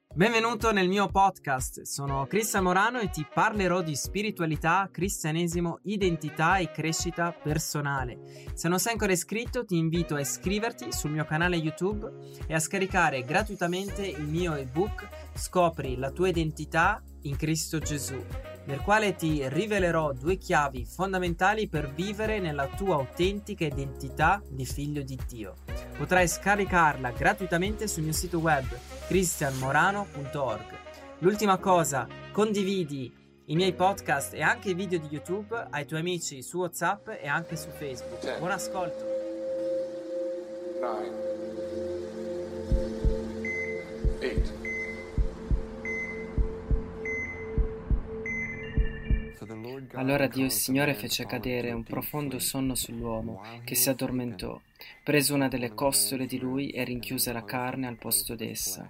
Benvenuto nel mio podcast, sono Cristian Morano e ti parlerò di spiritualità, cristianesimo, identità e crescita personale. Se non sei ancora iscritto ti invito a iscriverti sul mio canale YouTube e a scaricare gratuitamente il mio ebook Scopri la tua identità in Cristo Gesù, nel quale ti rivelerò 2 chiavi fondamentali per vivere nella tua autentica identità di figlio di Dio. Potrai scaricarla gratuitamente sul mio sito web cristianmorano.org. L'ultima cosa, condividi i miei podcast e anche i video di YouTube ai tuoi amici su WhatsApp e anche su Facebook. 10, Buon ascolto. 9, 8. Allora Dio il Signore fece cadere un profondo sonno sull'uomo, che si addormentò, prese una delle costole di lui e rinchiuse la carne al posto d'essa.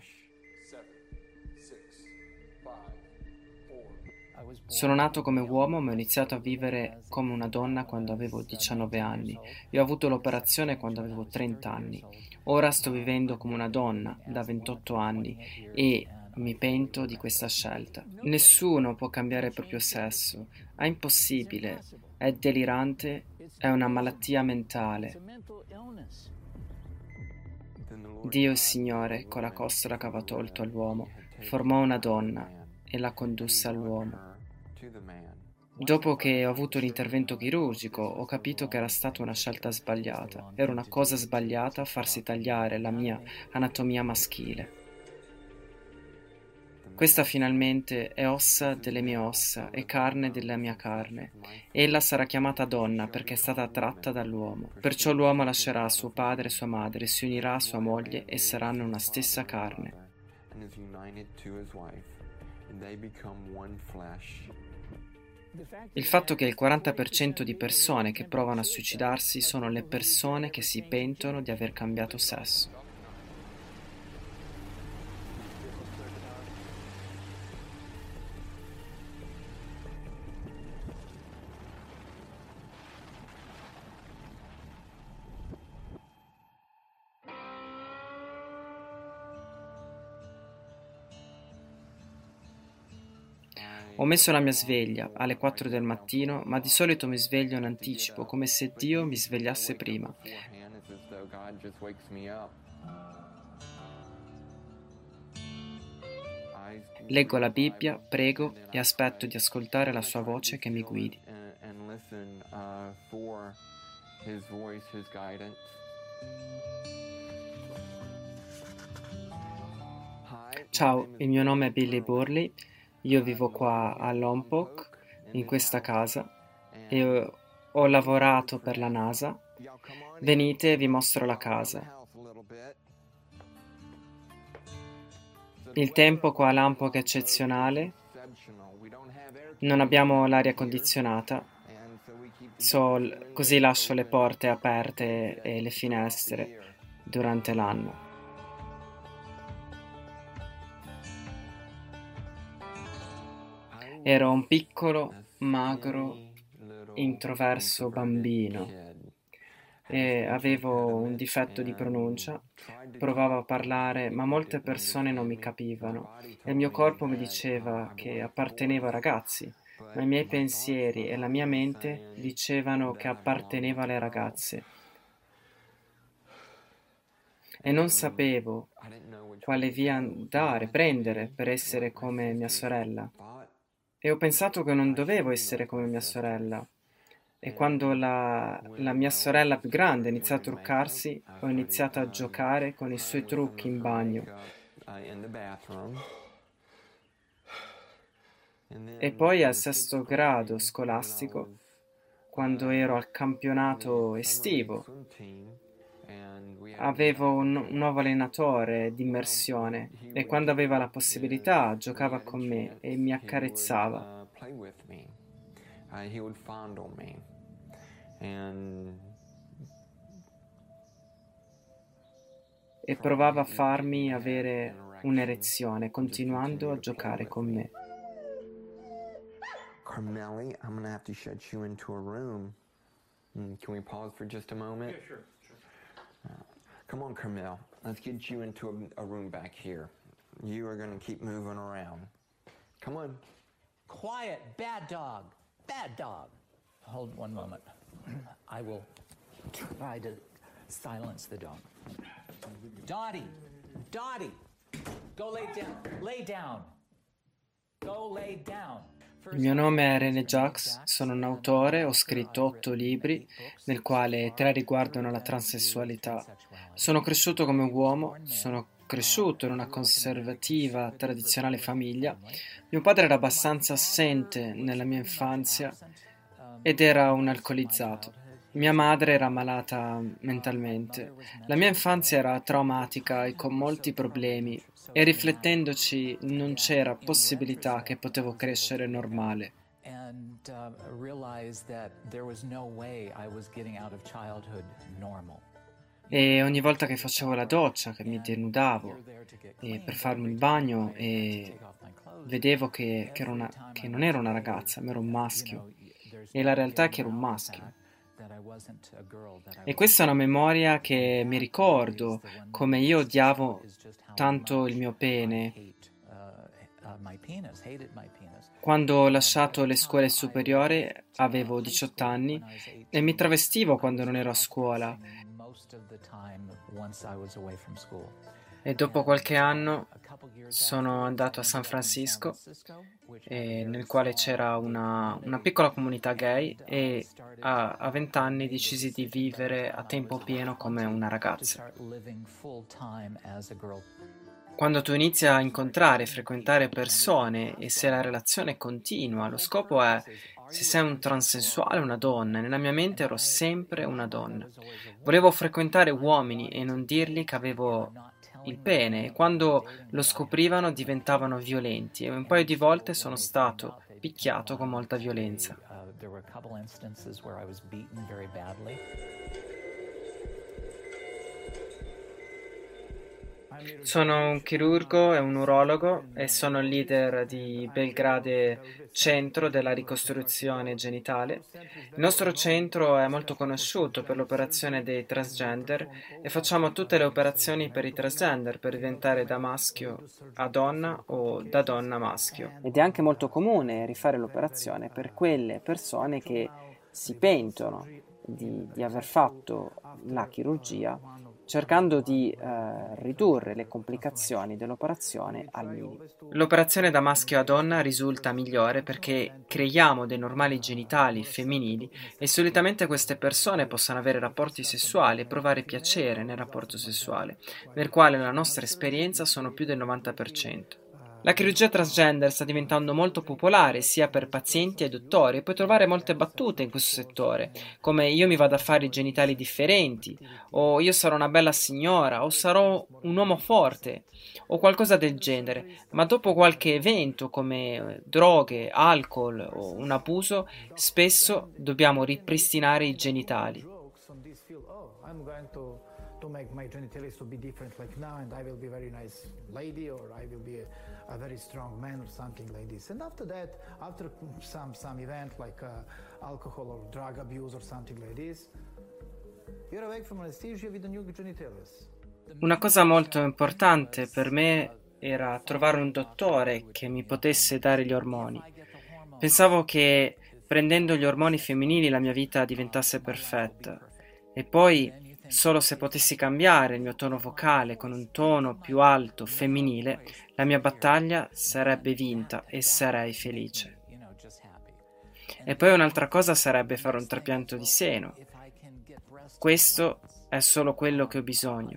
Sono nato come uomo, ma ho iniziato a vivere come una donna quando avevo 19 anni e ho avuto l'operazione quando avevo 30 anni. Ora sto vivendo come una donna da 28 anni e mi pento di questa scelta. Nessuno può cambiare il proprio sesso, è impossibile, è delirante, è una malattia mentale. Dio il Signore, con la costola che aveva tolto all'uomo, formò una donna e la condusse all'uomo. Dopo che ho avuto l'intervento chirurgico, ho capito che era stata una scelta sbagliata. Era una cosa sbagliata farsi tagliare la mia anatomia maschile. Questa finalmente è ossa delle mie ossa e carne della mia carne. Ella sarà chiamata donna perché è stata tratta dall'uomo. Perciò l'uomo lascerà suo padre e sua madre, si unirà a sua moglie e saranno una stessa carne. Il fatto che il 40% di persone che provano a suicidarsi sono le persone che si pentono di aver cambiato sesso. Ho messo la mia sveglia alle 4 del mattino, ma di solito mi sveglio in anticipo, come se Dio mi svegliasse prima. Leggo la Bibbia, prego e aspetto di ascoltare la sua voce che mi guidi. Ciao, il mio nome è Billy Burley, io vivo qua a Lompoc, in questa casa, e ho lavorato per la NASA. Venite, vi mostro la casa. Il tempo qua a Lompoc è eccezionale, non abbiamo l'aria condizionata, così lascio le porte aperte e le finestre durante l'anno. Ero un piccolo, magro, introverso bambino e avevo un difetto di pronuncia. Provavo a parlare, ma molte persone non mi capivano e il mio corpo mi diceva che appartenevo ai ragazzi, ma i miei pensieri e la mia mente dicevano che appartenevo alle ragazze. E non sapevo quale via prendere per essere come mia sorella. E ho pensato che non dovevo essere come mia sorella. E quando la mia sorella più grande ha iniziato a truccarsi, ho iniziato a giocare con i suoi trucchi in bagno. E poi al 6º grado scolastico, quando ero al campionato estivo, avevo un nuovo allenatore di immersione e quando aveva la possibilità giocava con me e mi accarezzava. E provava a farmi avere un'erezione continuando a giocare con me. Carmelli, I'm going to have to shut you into a room. Can we pause for just a moment? Yeah, sure. Come on, Carmel. Let's get you into a room back here. You are going to keep moving around. Come on. Quiet, bad dog, bad dog. Hold one moment. I will try to silence the dog. Dottie, Dottie, go lay down, lay down. Go lay down. Il mio nome è René Jacques, sono un autore, ho scritto 8 libri, nel quale 3 riguardano la transessualità. Sono cresciuto come uomo, sono cresciuto in una conservativa, tradizionale famiglia. Mio padre era abbastanza assente nella mia infanzia ed era un alcolizzato. Mia madre era malata mentalmente. La mia infanzia era traumatica e con molti problemi e riflettendoci non c'era possibilità che potevo crescere normale. And realized that there was no way I was getting out of childhood normal. E ogni volta che facevo la doccia, che mi denudavo per farmi il bagno e vedevo che non ero una ragazza, ma ero un maschio. E la realtà è che ero un maschio. E questa è una memoria che mi ricordo, come io odiavo tanto il mio pene. Quando ho lasciato le scuole superiori avevo 18 anni e mi travestivo quando non ero a scuola. E dopo qualche anno sono andato a San Francisco, nel quale c'era una piccola comunità gay, e a 20 anni decisi di vivere a tempo pieno come una ragazza. Quando tu inizi a incontrare e frequentare persone e se la relazione continua, lo scopo è se sei un transessuale o una donna. Nella mia mente ero sempre una donna. Volevo frequentare uomini e non dirgli che avevo il pene, e quando lo scoprivano diventavano violenti e un paio di volte sono stato picchiato con molta violenza. Sono un chirurgo e un urologo e sono il leader di Belgrade Centro della ricostruzione genitale. Il nostro centro è molto conosciuto per l'operazione dei transgender e facciamo tutte le operazioni per i transgender per diventare da maschio a donna o da donna a maschio. Ed è anche molto comune rifare l'operazione per quelle persone che si pentono di aver fatto la chirurgia, cercando di ridurre le complicazioni dell'operazione al minimo. L'operazione da maschio a donna risulta migliore perché creiamo dei normali genitali femminili e solitamente queste persone possono avere rapporti sessuali e provare piacere nel rapporto sessuale, nel quale la nostra esperienza sono più del 90%. La chirurgia transgender sta diventando molto popolare sia per pazienti e dottori e puoi trovare molte battute in questo settore, come io mi vado a fare i genitali differenti, o io sarò una bella signora, o sarò un uomo forte, o qualcosa del genere, ma dopo qualche evento come droghe, alcol o un abuso, spesso dobbiamo ripristinare i genitali. To make my genitalia to be different like now, and I will be a very nice lady, or I will be a very strong man, or something like this. And after that, after some event like alcohol or drug abuse or something like this, you're awake from anesthesia with the new genitalia. Una cosa molto importante per me era trovare un dottore che mi potesse dare gli ormoni. Pensavo che prendendo gli ormoni femminili la mia vita diventasse perfetta, e poi solo se potessi cambiare il mio tono vocale con un tono più alto, femminile, la mia battaglia sarebbe vinta e sarei felice. E poi un'altra cosa sarebbe fare un trapianto di seno. Questo è solo quello che ho bisogno.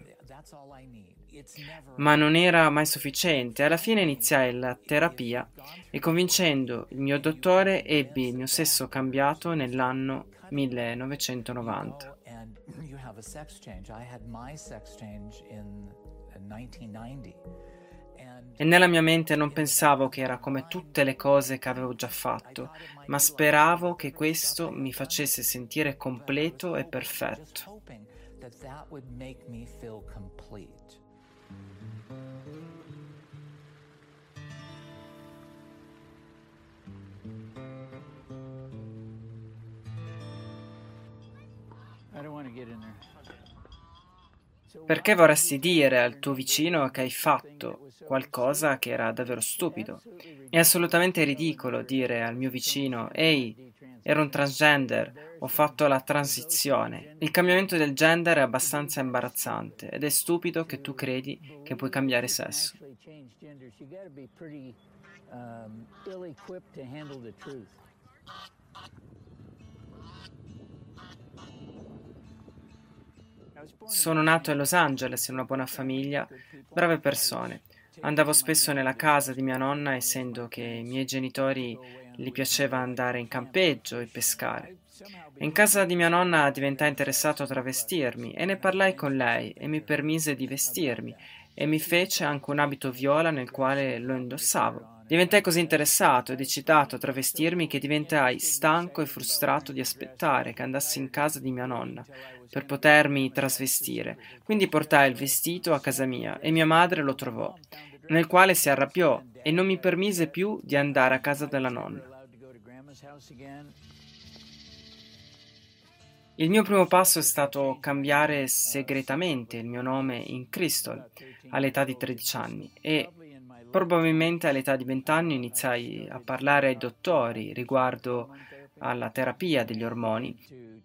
Ma non era mai sufficiente. Alla fine iniziai la terapia e convincendo il mio dottore ebbi il mio sesso cambiato nell'anno 1990. You have a sex change. I had my sex change in 1990. E nella mia mente non pensavo che era come tutte le cose che avevo già fatto, ma speravo che questo mi facesse sentire completo e perfetto. I don't want to get in there. Perché vorresti dire al tuo vicino che hai fatto qualcosa che era davvero stupido? È assolutamente ridicolo dire al mio vicino: ehi, ero un transgender, ho fatto la transizione. Il cambiamento del gender è abbastanza imbarazzante ed è stupido che tu credi che puoi cambiare sesso. Sono nato a Los Angeles in una buona famiglia, brave persone. Andavo spesso nella casa di mia nonna, essendo che ai miei genitori gli piaceva andare in campeggio e pescare. In casa di mia nonna diventai interessato a travestirmi e ne parlai con lei e mi permise di vestirmi e mi fece anche un abito viola nel quale lo indossavo. Diventai così interessato ed eccitato a travestirmi che diventai stanco e frustrato di aspettare che andassi in casa di mia nonna per potermi trasvestire. Quindi portai il vestito a casa mia e mia madre lo trovò, nel quale si arrabbiò e non mi permise più di andare a casa della nonna. Il mio primo passo è stato cambiare segretamente il mio nome in Crystal all'età di 13 anni e probabilmente all'età di 20 anni iniziai a parlare ai dottori riguardo alla terapia degli ormoni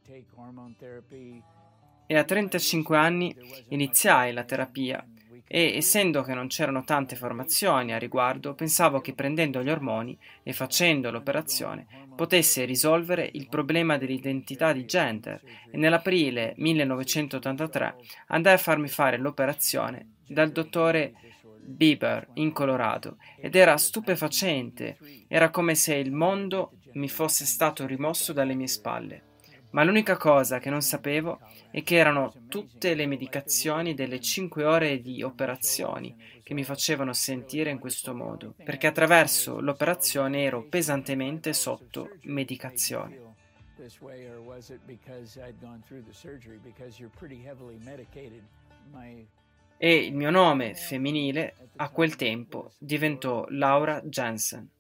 e a 35 anni iniziai la terapia e essendo che non c'erano tante informazioni a riguardo, pensavo che prendendo gli ormoni e facendo l'operazione potesse risolvere il problema dell'identità di gender e nell'aprile 1983 andai a farmi fare l'operazione dal dottore Bieber in Colorado ed era stupefacente, era come se il mondo mi fosse stato rimosso dalle mie spalle. Ma l'unica cosa che non sapevo è che erano tutte le medicazioni delle 5 ore di operazioni che mi facevano sentire in questo modo, perché attraverso l'operazione ero pesantemente sotto medicazione. E il mio nome femminile a quel tempo diventò Laura Jensen.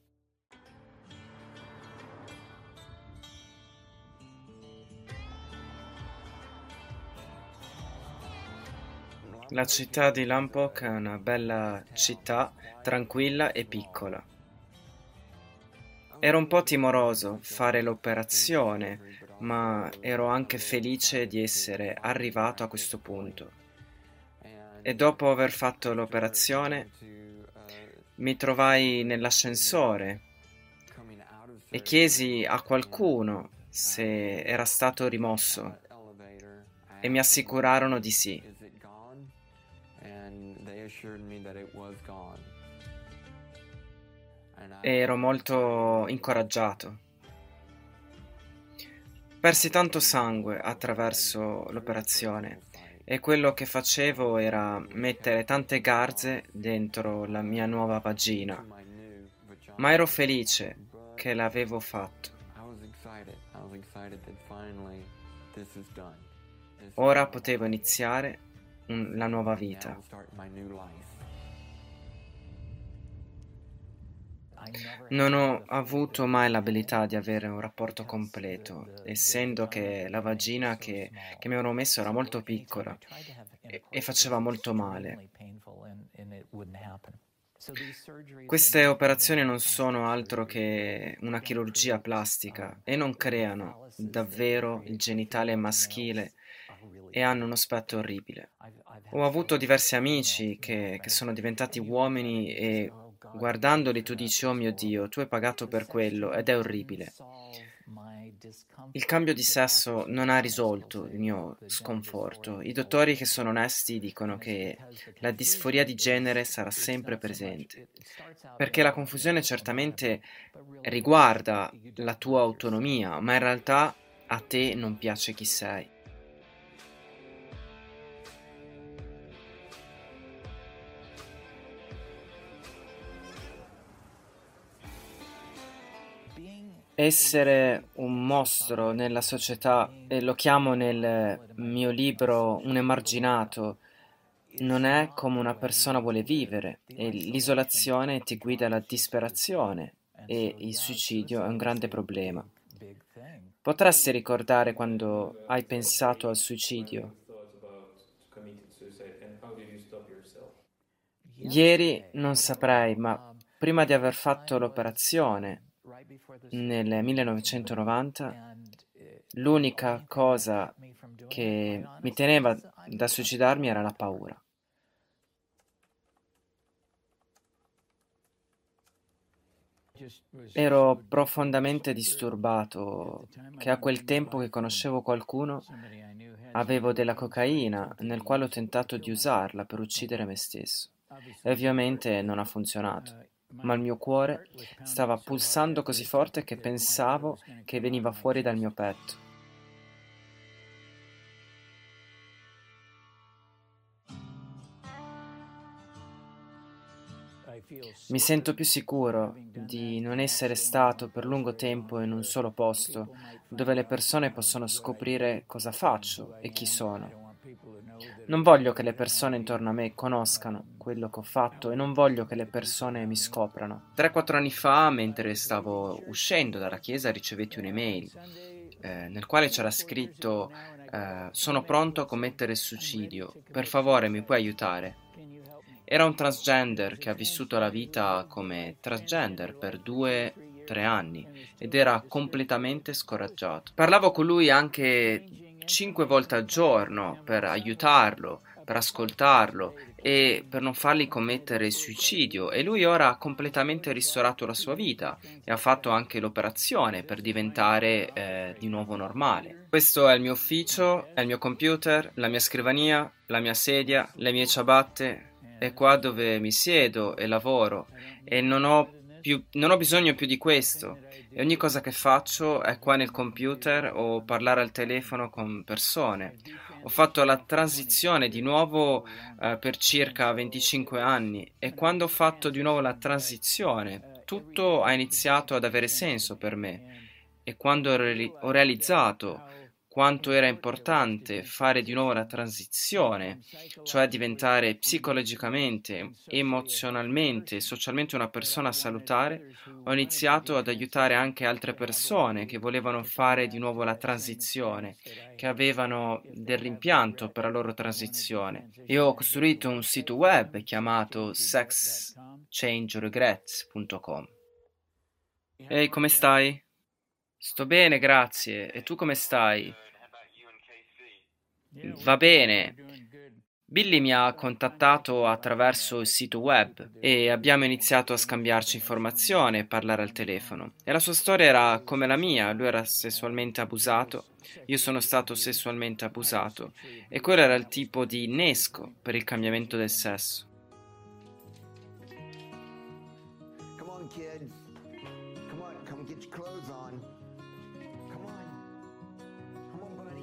La città di Lompoc è una bella città, tranquilla e piccola. Ero un po' timoroso fare l'operazione, ma ero anche felice di essere arrivato a questo punto. E dopo aver fatto l'operazione mi trovai nell'ascensore e chiesi a qualcuno se era stato rimosso e mi assicurarono di sì. E ero molto incoraggiato. Persi tanto sangue attraverso l'operazione e quello che facevo era mettere tante garze dentro la mia nuova vagina, ma ero felice che l'avevo fatto. Ora potevo iniziare la nuova vita. Non ho avuto mai l'abilità di avere un rapporto completo, essendo che la vagina che mi avevano messo era molto piccola e faceva molto male. Queste operazioni non sono altro che una chirurgia plastica e non creano davvero il genitale maschile e hanno un aspetto orribile. Ho avuto diversi amici che sono diventati uomini e guardandoli tu dici: oh mio Dio, tu hai pagato per quello ed è orribile. Il cambio di sesso non ha risolto il mio sconforto. I dottori che sono onesti dicono che la disforia di genere sarà sempre presente, perché la confusione certamente riguarda la tua autonomia, ma in realtà a te non piace chi sei. Essere un mostro nella società, e lo chiamo nel mio libro un emarginato, non è come una persona vuole vivere e l'isolazione ti guida alla disperazione e il suicidio è un grande problema. Potresti ricordare quando hai pensato al suicidio? Ieri non saprei, ma prima di aver fatto l'operazione nel 1990, l'unica cosa che mi teneva da suicidarmi era la paura. Ero profondamente disturbato che a quel tempo che conoscevo qualcuno avevo della cocaina nel quale ho tentato di usarla per uccidere me stesso. E ovviamente non ha funzionato, ma il mio cuore stava pulsando così forte che pensavo che veniva fuori dal mio petto. Mi sento più sicuro di non essere stato per lungo tempo in un solo posto dove le persone possono scoprire cosa faccio e chi sono. Non voglio che le persone intorno a me conoscano quello che ho fatto e non voglio che le persone mi scoprano. 3-4 anni fa, mentre stavo uscendo dalla chiesa, ricevetti un'email nel quale c'era scritto sono pronto a commettere suicidio, per favore mi puoi aiutare? Era un transgender che ha vissuto la vita come transgender per 2-3 anni ed era completamente scoraggiato. Parlavo con lui anche 5 volte al giorno per aiutarlo, per ascoltarlo e per non fargli commettere il suicidio, e lui ora ha completamente ristorato la sua vita e ha fatto anche l'operazione per diventare di nuovo normale. Questo è il mio ufficio, è il mio computer, la mia scrivania, la mia sedia, le mie ciabatte. È qua dove mi siedo e lavoro e non ho bisogno più di questo, e ogni cosa che faccio è qua nel computer o parlare al telefono con persone. Ho fatto la transizione di nuovo per circa 25 anni, e quando ho fatto di nuovo la transizione tutto ha iniziato ad avere senso per me, e quando ho realizzato quanto era importante fare di nuovo la transizione, cioè diventare psicologicamente, emozionalmente e socialmente una persona salutare, ho iniziato ad aiutare anche altre persone che volevano fare di nuovo la transizione, che avevano del rimpianto per la loro transizione. E ho costruito un sito web chiamato sexchangeregrets.com. Ehi, come stai? Sto bene, grazie. E tu come stai? Va bene. Billy mi ha contattato attraverso il sito web e abbiamo iniziato a scambiarci informazioni e parlare al telefono. E la sua storia era come la mia: lui era sessualmente abusato, io sono stato sessualmente abusato, e quello era il tipo di innesco per il cambiamento del sesso. Come on, kids. Come on, come get your clothes on. Come on. Come on, buddy.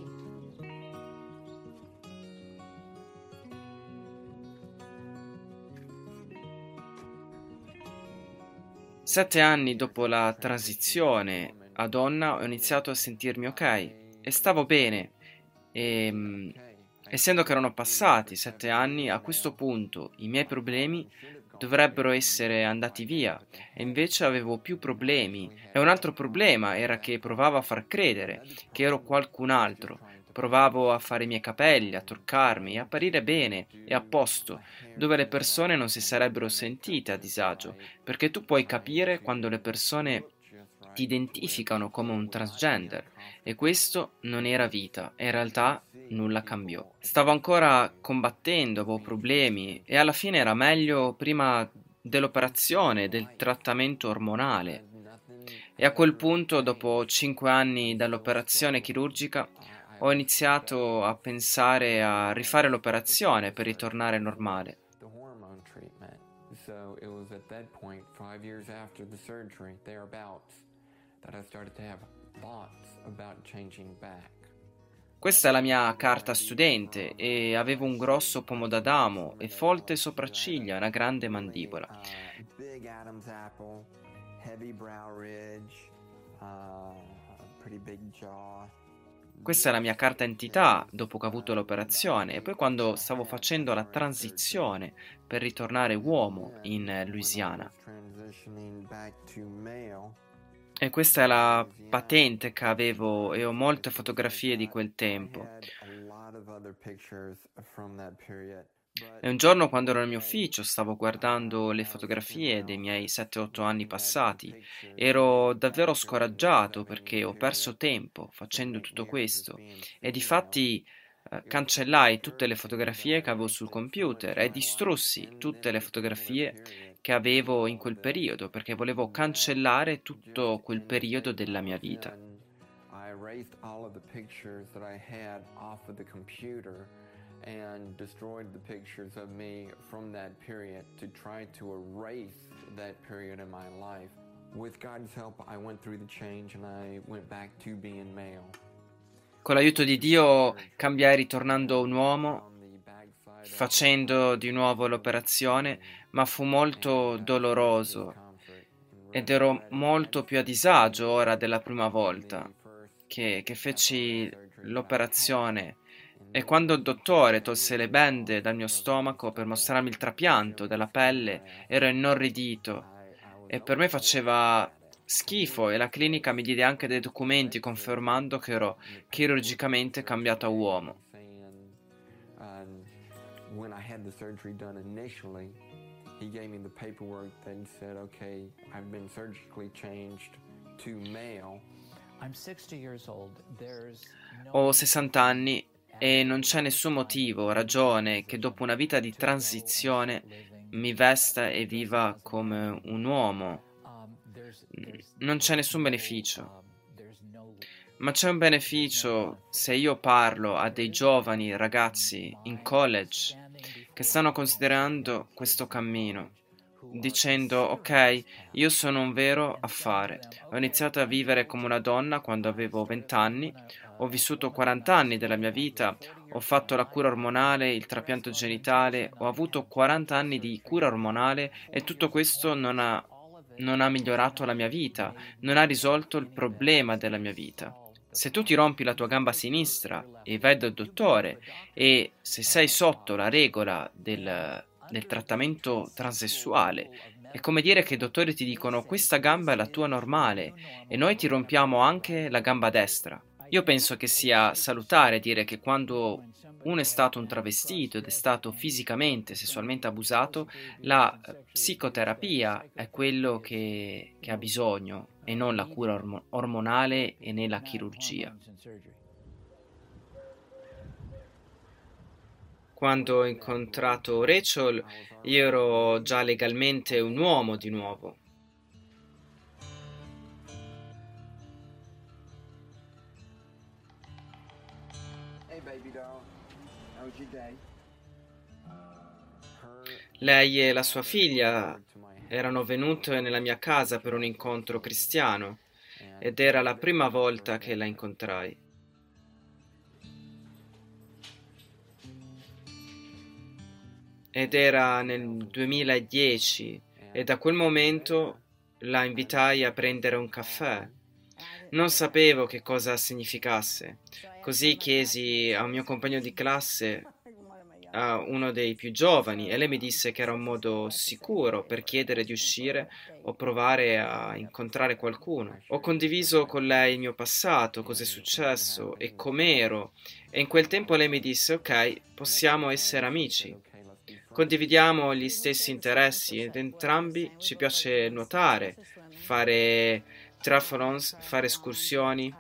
7 anni dopo la transizione a donna ho iniziato a sentirmi ok e stavo bene, e essendo che erano passati 7 anni, a questo punto i miei problemi dovrebbero essere andati via, e invece avevo più problemi. E un altro problema era che provavo a far credere che ero qualcun altro. Provavo a fare i miei capelli, a truccarmi, e apparire bene e a posto, dove le persone non si sarebbero sentite a disagio, perché tu puoi capire quando le persone ti identificano come un transgender, e questo non era vita, e in realtà nulla cambiò. Stavo ancora combattendo, avevo problemi, e alla fine era meglio prima dell'operazione, del trattamento ormonale. E a quel punto, dopo 5 anni dall'operazione chirurgica, ho iniziato a pensare a rifare l'operazione per ritornare normale. The hormone treatment. So it was at that point, 5 years after the surgery, thereabouts, that I started to have thoughts about changing back. Questa è la mia carta studente, e avevo un grosso pomo d'Adamo e folte sopracciglia e una grande mandibola. Big Adam's apple, heavy brow ridge, pretty big jaw. Questa è la mia carta identità dopo che ho avuto l'operazione, e poi quando stavo facendo la transizione per ritornare uomo in Louisiana. Transitioning back to male. E questa è la patente che avevo, e ho molte fotografie di quel tempo. I had a lot of other pictures from that period. E un giorno, quando ero nel mio ufficio, stavo guardando le fotografie dei miei 7-8 anni passati. Ero davvero scoraggiato perché ho perso tempo facendo tutto questo e difatti cancellai tutte le fotografie che avevo sul computer e distrussi tutte le fotografie che avevo in quel periodo perché volevo cancellare tutto quel periodo della mia vita. I erased all of the pictures that I had off of the computer and destroyed the pictures of me from that period to try to erase that period in my life. With God's help, I went through the change and I went back to being male. Con l'aiuto di Dio cambiai ritornando un uomo, facendo di nuovo l'operazione, ma fu molto doloroso ed ero molto più a disagio ora della prima volta che feci l'operazione. E quando il dottore tolse le bende dal mio stomaco per mostrarmi il trapianto della pelle, ero inorridito e per me faceva schifo e la clinica mi diede anche dei documenti confermando che ero chirurgicamente cambiato a uomo. When I had the surgery done initially, he gave me the paperwork that said, okay, I've been surgically changed to male. I'm 60 years old. There's Ho 60 anni e non c'è nessun motivo, ragione che dopo una vita di transizione mi vesta e viva come un uomo. Non c'è nessun beneficio. Ma c'è un beneficio se io parlo a dei giovani ragazzi in college che stanno considerando questo cammino, dicendo ok, io sono un vero affare. Ho iniziato a vivere come una donna quando avevo 20 anni, ho vissuto 40 anni della mia vita, ho fatto la cura ormonale, il trapianto genitale, ho avuto 40 anni di cura ormonale e tutto questo non ha migliorato la mia vita, non ha risolto il problema della mia vita. Se tu ti rompi la tua gamba sinistra e vai dal dottore e se sei sotto la regola del trattamento transessuale, è come dire che i dottori ti dicono questa gamba è la tua normale e noi ti rompiamo anche la gamba destra. Io penso che sia salutare dire che quando uno è stato un travestito ed è stato fisicamente, sessualmente abusato, la psicoterapia è quello che ha bisogno e non la cura ormonale e né la chirurgia. Quando ho incontrato Rachel, io ero già legalmente un uomo di nuovo. Lei e la sua figlia erano venute nella mia casa per un incontro cristiano ed era la prima volta che la incontrai. Ed era nel 2010 e da quel momento la invitai a prendere un caffè. Non sapevo che cosa significasse, così chiesi a un mio compagno di classe, a uno dei più giovani, e lei mi disse che era un modo sicuro per chiedere di uscire o provare a incontrare qualcuno. Ho condiviso con lei il mio passato, cosa è successo e com'ero, e in quel tempo lei mi disse ok, possiamo essere amici. Condividiamo gli stessi interessi ed entrambi ci piace nuotare, fare triathlons, fare escursioni.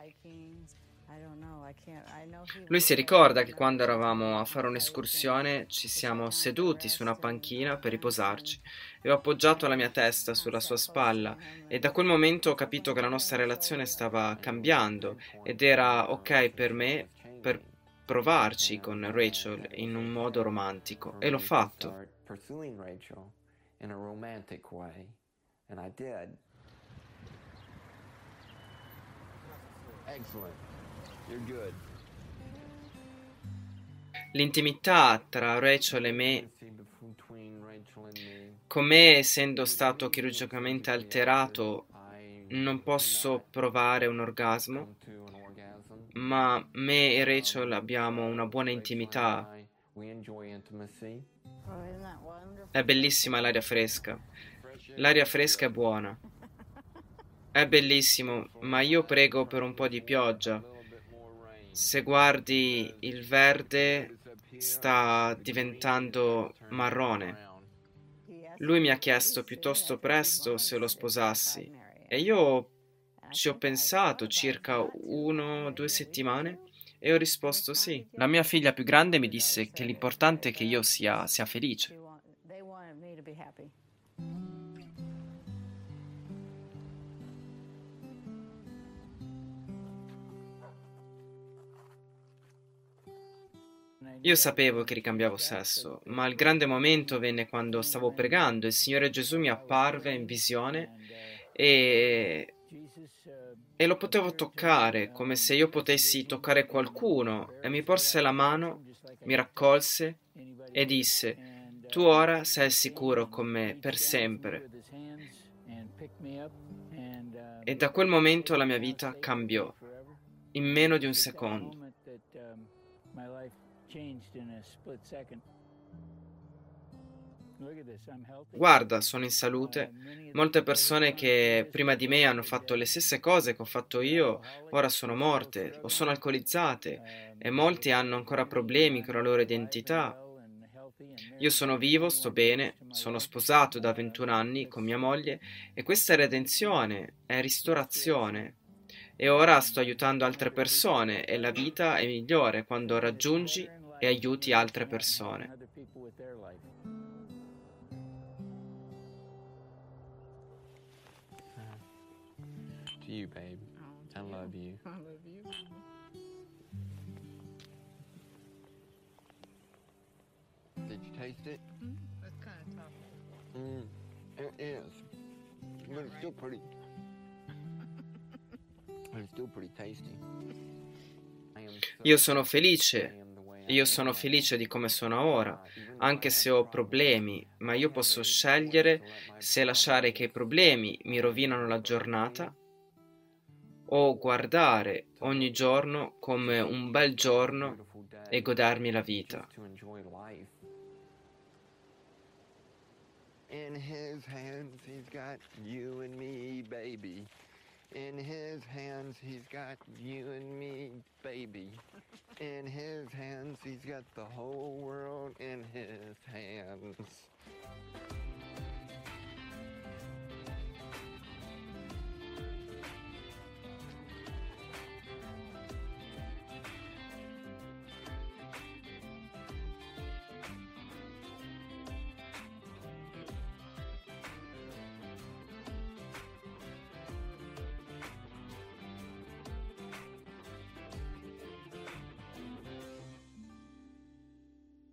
Lui si ricorda che quando eravamo a fare un'escursione ci siamo seduti su una panchina per riposarci e ho appoggiato la mia testa sulla sua spalla e da quel momento ho capito che la nostra relazione stava cambiando ed era ok per me per provarci con Rachel in un modo romantico e l'ho fatto. L'intimità tra Rachel e me, con me essendo stato chirurgicamente alterato, non posso provare un orgasmo, ma me e Rachel abbiamo una buona intimità. È bellissima l'aria fresca. L'aria fresca è buona. È bellissimo, ma io prego per un po' di pioggia. Se guardi il verde sta diventando marrone. Lui mi ha chiesto piuttosto presto se lo sposassi e io ci ho pensato circa 1 o 2 settimane e ho risposto sì. La mia figlia più grande mi disse che l'importante è che io sia felice. Io sapevo che ricambiavo sesso, ma il grande momento venne quando stavo pregando e il Signore Gesù mi apparve in visione e lo potevo toccare, come se io potessi toccare qualcuno, e mi porse la mano, mi raccolse e disse: tu ora sei sicuro con me per sempre. E da quel momento la mia vita cambiò, in meno di un secondo. Guarda, sono in salute. Molte persone che prima di me hanno fatto le stesse cose che ho fatto io, ora sono morte o sono alcolizzate e molti hanno ancora problemi con la loro identità. Io sono vivo, sto bene, sono sposato da 21 anni con mia moglie e questa è redenzione, è ristorazione. E ora sto aiutando altre persone e la vita è migliore quando raggiungi e aiuti altre persone. To you, babe. I love you. I love you. Did you taste it? That's kind of tough. It is. But it's still pretty. But it's still pretty tasty. Io sono felice di come sono ora, anche se ho problemi, ma io posso scegliere se lasciare che i problemi mi rovinano la giornata o guardare ogni giorno come un bel giorno e godermi la vita. In his hands he's got you and me, baby. In his hands he's got you and me, baby. In his hands he's got the whole world in his hands.